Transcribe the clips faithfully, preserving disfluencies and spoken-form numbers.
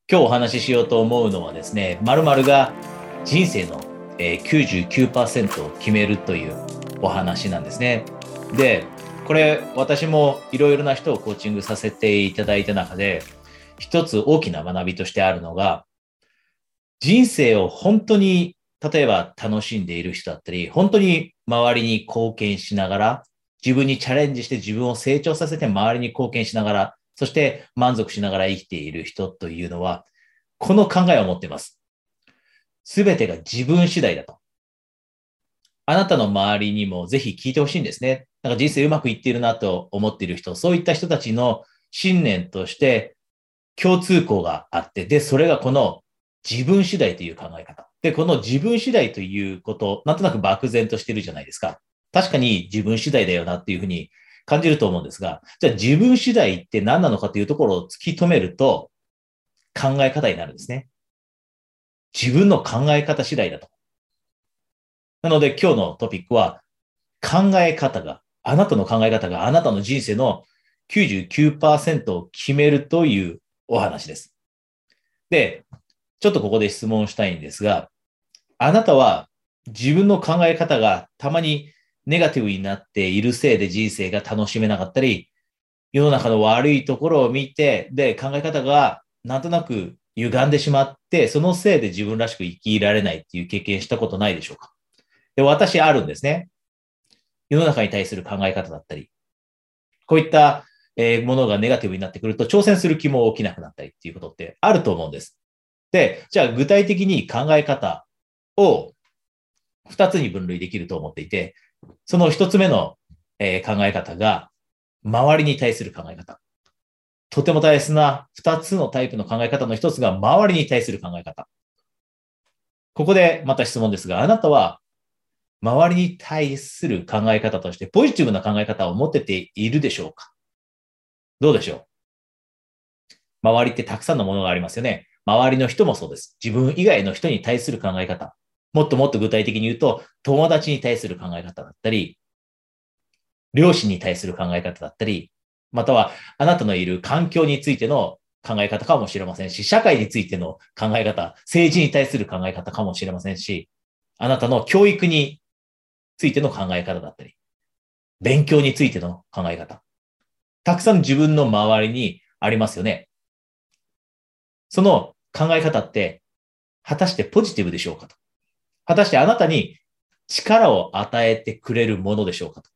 今日お話ししようと思うのはですね、〇〇が人生のきゅうじゅうきゅうパーセントを決めるというお話なんですね。で、これ私もいろいろな人をコーチングさせていただいた中で、一つ大きな学びとしてあるのが、人生を本当に例えば楽しんでいる人だったり、本当に周りに貢献しながら、自分にチャレンジして自分を成長させて周りに貢献しながら、そして満足しながら生きている人というのは、この考えを持っています。すべてが自分次第だと。あなたの周りにもぜひ聞いてほしいんですね。なんか人生うまくいっているなと思っている人、そういった人たちの信念として共通項があって、で、それがこの自分次第という考え方。で、この自分次第ということ、なんとなく漠然としてるじゃないですか。確かに自分次第だよなっていうふうに感じると思うんですが、じゃあ自分次第って何なのかというところを突き止めると考え方になるんですね。自分の考え方次第だと。なので今日のトピックは考え方が、あなたの考え方があなたの人生のきゅうじゅうきゅうパーセントを決めるというお話です。で、ちょっとここで質問したいんですが、あなたは自分の考え方がたまにネガティブになっているせいで人生が楽しめなかったり、世の中の悪いところを見て、で、考え方がなんとなく歪んでしまって、そのせいで自分らしく生きられないっていう経験したことないでしょうか。で、私あるんですね。世の中に対する考え方だったり、こういったものがネガティブになってくると挑戦する気も起きなくなったりっていうことってあると思うんです。で、じゃあ具体的に考え方を二つに分類できると思っていて、その一つ目の考え方が周りに対する考え方。とても大切な二つのタイプの考え方の一つが周りに対する考え方。ここでまた質問ですが、あなたは周りに対する考え方としてポジティブな考え方を持ってているでしょうか？どうでしょう？周りってたくさんのものがありますよね。周りの人もそうです。自分以外の人に対する考え方。もっともっと具体的に言うと、友達に対する考え方だったり、両親に対する考え方だったり、またはあなたのいる環境についての考え方かもしれませんし、社会についての考え方、政治に対する考え方かもしれませんし、あなたの教育についての考え方だったり、勉強についての考え方。たくさん自分の周りにありますよね。その考え方って、果たしてポジティブでしょうかと。果たしてあなたに力を与えてくれるものでしょうかと。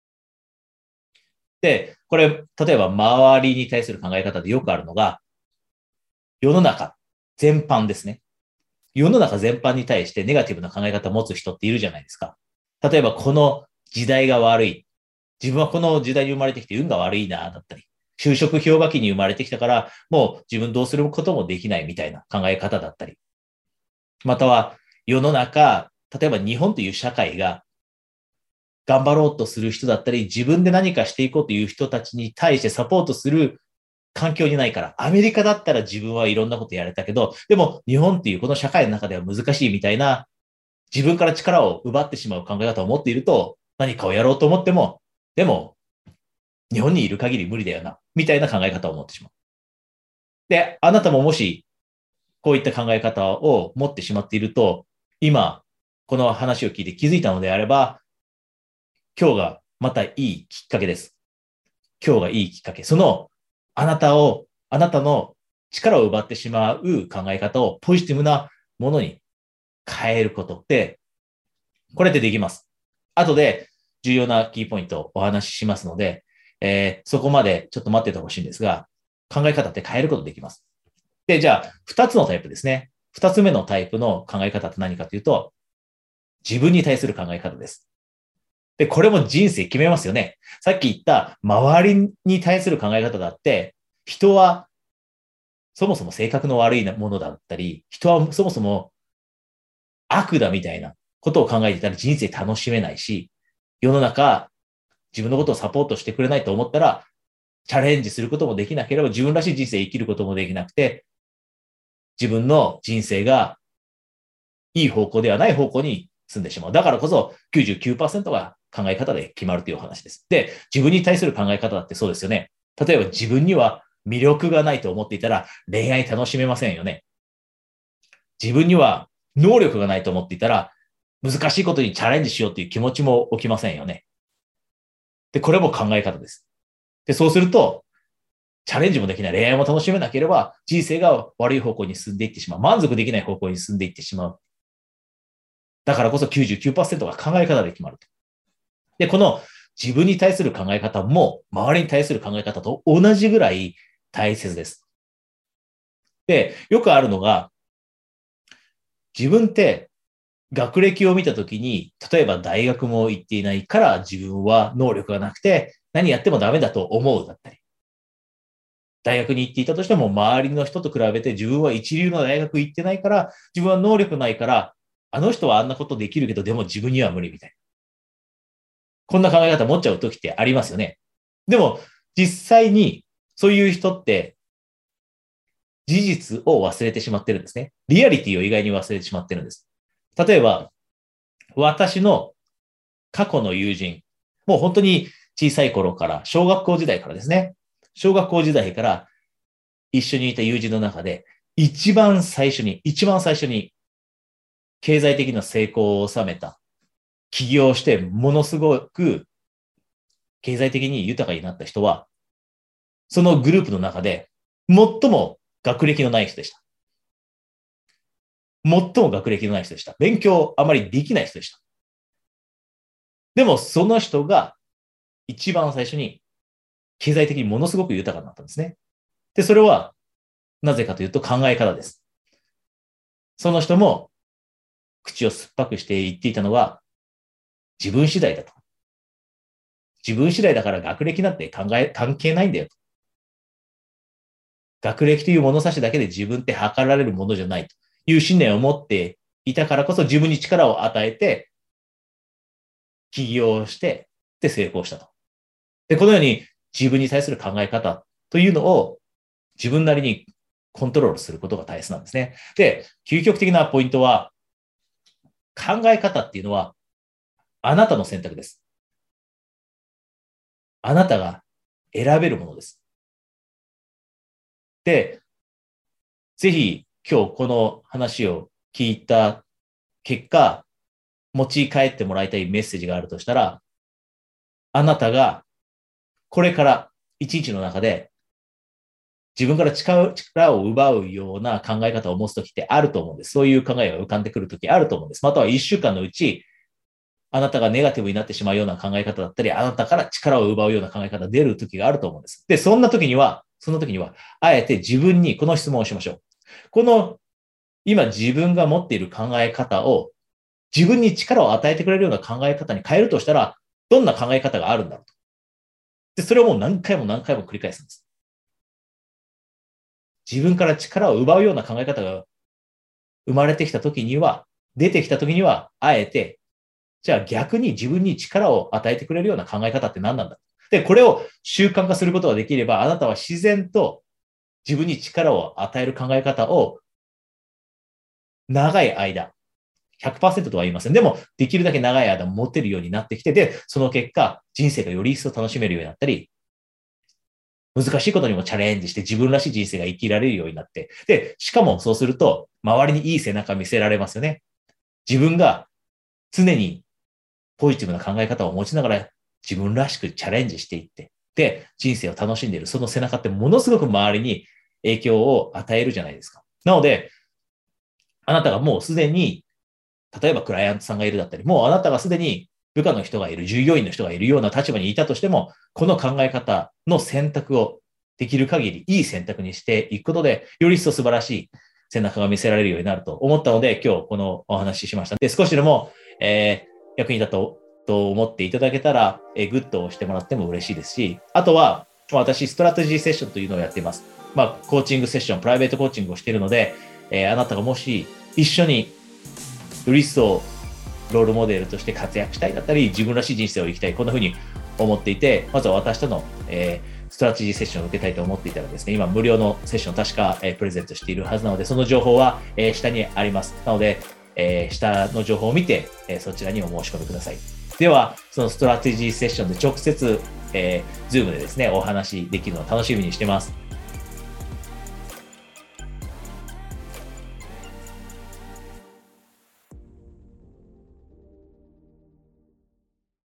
で、これ、例えば周りに対する考え方でよくあるのが、世の中全般ですね。世の中全般に対してネガティブな考え方を持つ人っているじゃないですか。例えば、この時代が悪い。自分はこの時代に生まれてきて運が悪いな、だったり。就職氷河期に生まれてきたから、もう自分どうすることもできないみたいな考え方だったり。または、世の中、例えば日本という社会が頑張ろうとする人だったり、自分で何かしていこうという人たちに対してサポートする環境にないから、アメリカだったら自分はいろんなことやれたけど、でも日本っていうこの社会の中では難しいみたいな、自分から力を奪ってしまう考え方を持っていると、何かをやろうと思っても、でも、日本にいる限り無理だよな、みたいな考え方を持ってしまう。で、あなたももし、こういった考え方を持ってしまっていると、今、この話を聞いて気づいたのであれば、今日がまたいいきっかけです。今日がいいきっかけ。その、あなたを、あなたの力を奪ってしまう考え方をポジティブなものに変えることって、これってできます。後で重要なキーポイントをお話ししますので、えー、そこまでちょっと待っててほしいんですが、考え方って変えることできます。で、じゃあ、二つのタイプですね。二つ目のタイプの考え方って何かというと、自分に対する考え方です。で、これも人生決めますよね。さっき言った周りに対する考え方だって、人はそもそも性格の悪いものだったり、人はそもそも悪だみたいなことを考えていたら人生楽しめないし、世の中自分のことをサポートしてくれないと思ったら、チャレンジすることもできなければ自分らしい人生を生きることもできなくて、自分の人生がいい方向ではない方向に進んでしまう。だからこそ きゅうじゅうきゅうパーセント が考え方で決まるというお話です。で、自分に対する考え方だってそうですよね。例えば自分には魅力がないと思っていたら恋愛楽しめませんよね。自分には能力がないと思っていたら難しいことにチャレンジしようという気持ちも起きませんよね。で、これも考え方です。で、そうすると、チャレンジもできない、恋愛も楽しめなければ、人生が悪い方向に進んでいってしまう。満足できない方向に進んでいってしまう。だからこそ きゅうじゅうきゅうパーセント が考え方で決まると。で、この自分に対する考え方も、周りに対する考え方と同じぐらい大切です。で、よくあるのが、自分って学歴を見たときに、例えば大学も行っていないから自分は能力がなくて何やってもダメだと思うだったり、大学に行っていたとしても周りの人と比べて自分は一流の大学行ってないから自分は能力ないからあの人はあんなことできるけどでも自分には無理みたいな。こんな考え方持っちゃうときってありますよね。でも実際にそういう人って事実を忘れてしまってるんですね。リアリティを意外に忘れてしまってるんです。例えば私の過去の友人、もう本当に小さい頃から、小学校時代からですね。小学校時代から一緒にいた友人の中で、一番最初に、一番最初に経済的な成功を収めた、起業してものすごく経済的に豊かになった人は、そのグループの中で最も学歴のない人でした。最も学歴のない人でした。勉強あまりできない人でした。でもその人が一番最初に経済的にものすごく豊かになったんですね。で、それはなぜかというと考え方です。その人も口を酸っぱくして言っていたのは自分次第だと。自分次第だから学歴なんて考え、関係ないんだよと。学歴という物差しだけで自分って測られるものじゃないという信念を持っていたからこそ自分に力を与えて起業してで成功したと。で、このように自分に対する考え方というのを自分なりにコントロールすることが大切なんですね。で、究極的なポイントは、考え方っていうのはあなたの選択です。あなたが選べるものです。で、ぜひ今日この話を聞いた結果、持ち帰ってもらいたいメッセージがあるとしたら、あなたがこれから一日の中で自分から力を奪うような考え方を持つときってあると思うんです。そういう考えが浮かんでくるときあると思うんです。または一週間のうち、あなたがネガティブになってしまうような考え方だったり、あなたから力を奪うような考え方が出るときがあると思うんです。で、そんなときには、その時には、あえて自分にこの質問をしましょう。この、今自分が持っている考え方を、自分に力を与えてくれるような考え方に変えるとしたら、どんな考え方があるんだろうと。で、それをもう何回も何回も繰り返すんです。自分から力を奪うような考え方が生まれてきたときには、出てきたときには、あえて、じゃあ逆に自分に力を与えてくれるような考え方って何なんだ。で、これを習慣化することができれば、あなたは自然と自分に力を与える考え方を長い間、ひゃくパーセント とは言いません。でも、できるだけ長い間持てるようになってきて、で、その結果、人生がより一層楽しめるようになったり、難しいことにもチャレンジして自分らしい人生が生きられるようになって、で、しかもそうすると、周りにいい背中見せられますよね。自分が常にポジティブな考え方を持ちながら自分らしくチャレンジしていって、で、人生を楽しんでいる、その背中ってものすごく周りに影響を与えるじゃないですか。なので、あなたがもうすでに、例えばクライアントさんがいるだったり、もうあなたがすでに部下の人がいる、従業員の人がいるような立場にいたとしても、この考え方の選択をできる限りいい選択にしていくことで、より一層素晴らしい背中が見せられるようになると思ったので、今日このお話ししました。で、少しでも、えー、役に立ったと思っていただけたら、えー、グッドをしてもらっても嬉しいですし、あとは、私、ストラテジーセッションというのをやっています。まあ、コーチングセッション、プライベートコーチングをしているので、えー、あなたがもし一緒により一層ロールモデルとして活躍したいだったり、自分らしい人生を生きたい、こんな風に思っていて、まずは私との、えー、ストラテジーセッションを受けたいと思っていたらですね、今無料のセッション確か、えー、プレゼントしているはずなので、その情報は、えー、下にあります。なので、えー、下の情報を見て、えー、そちらにお申し込みください。では、そのストラテジーセッションで直接、えー、Zoom でですね、お話できるのを楽しみにしてます。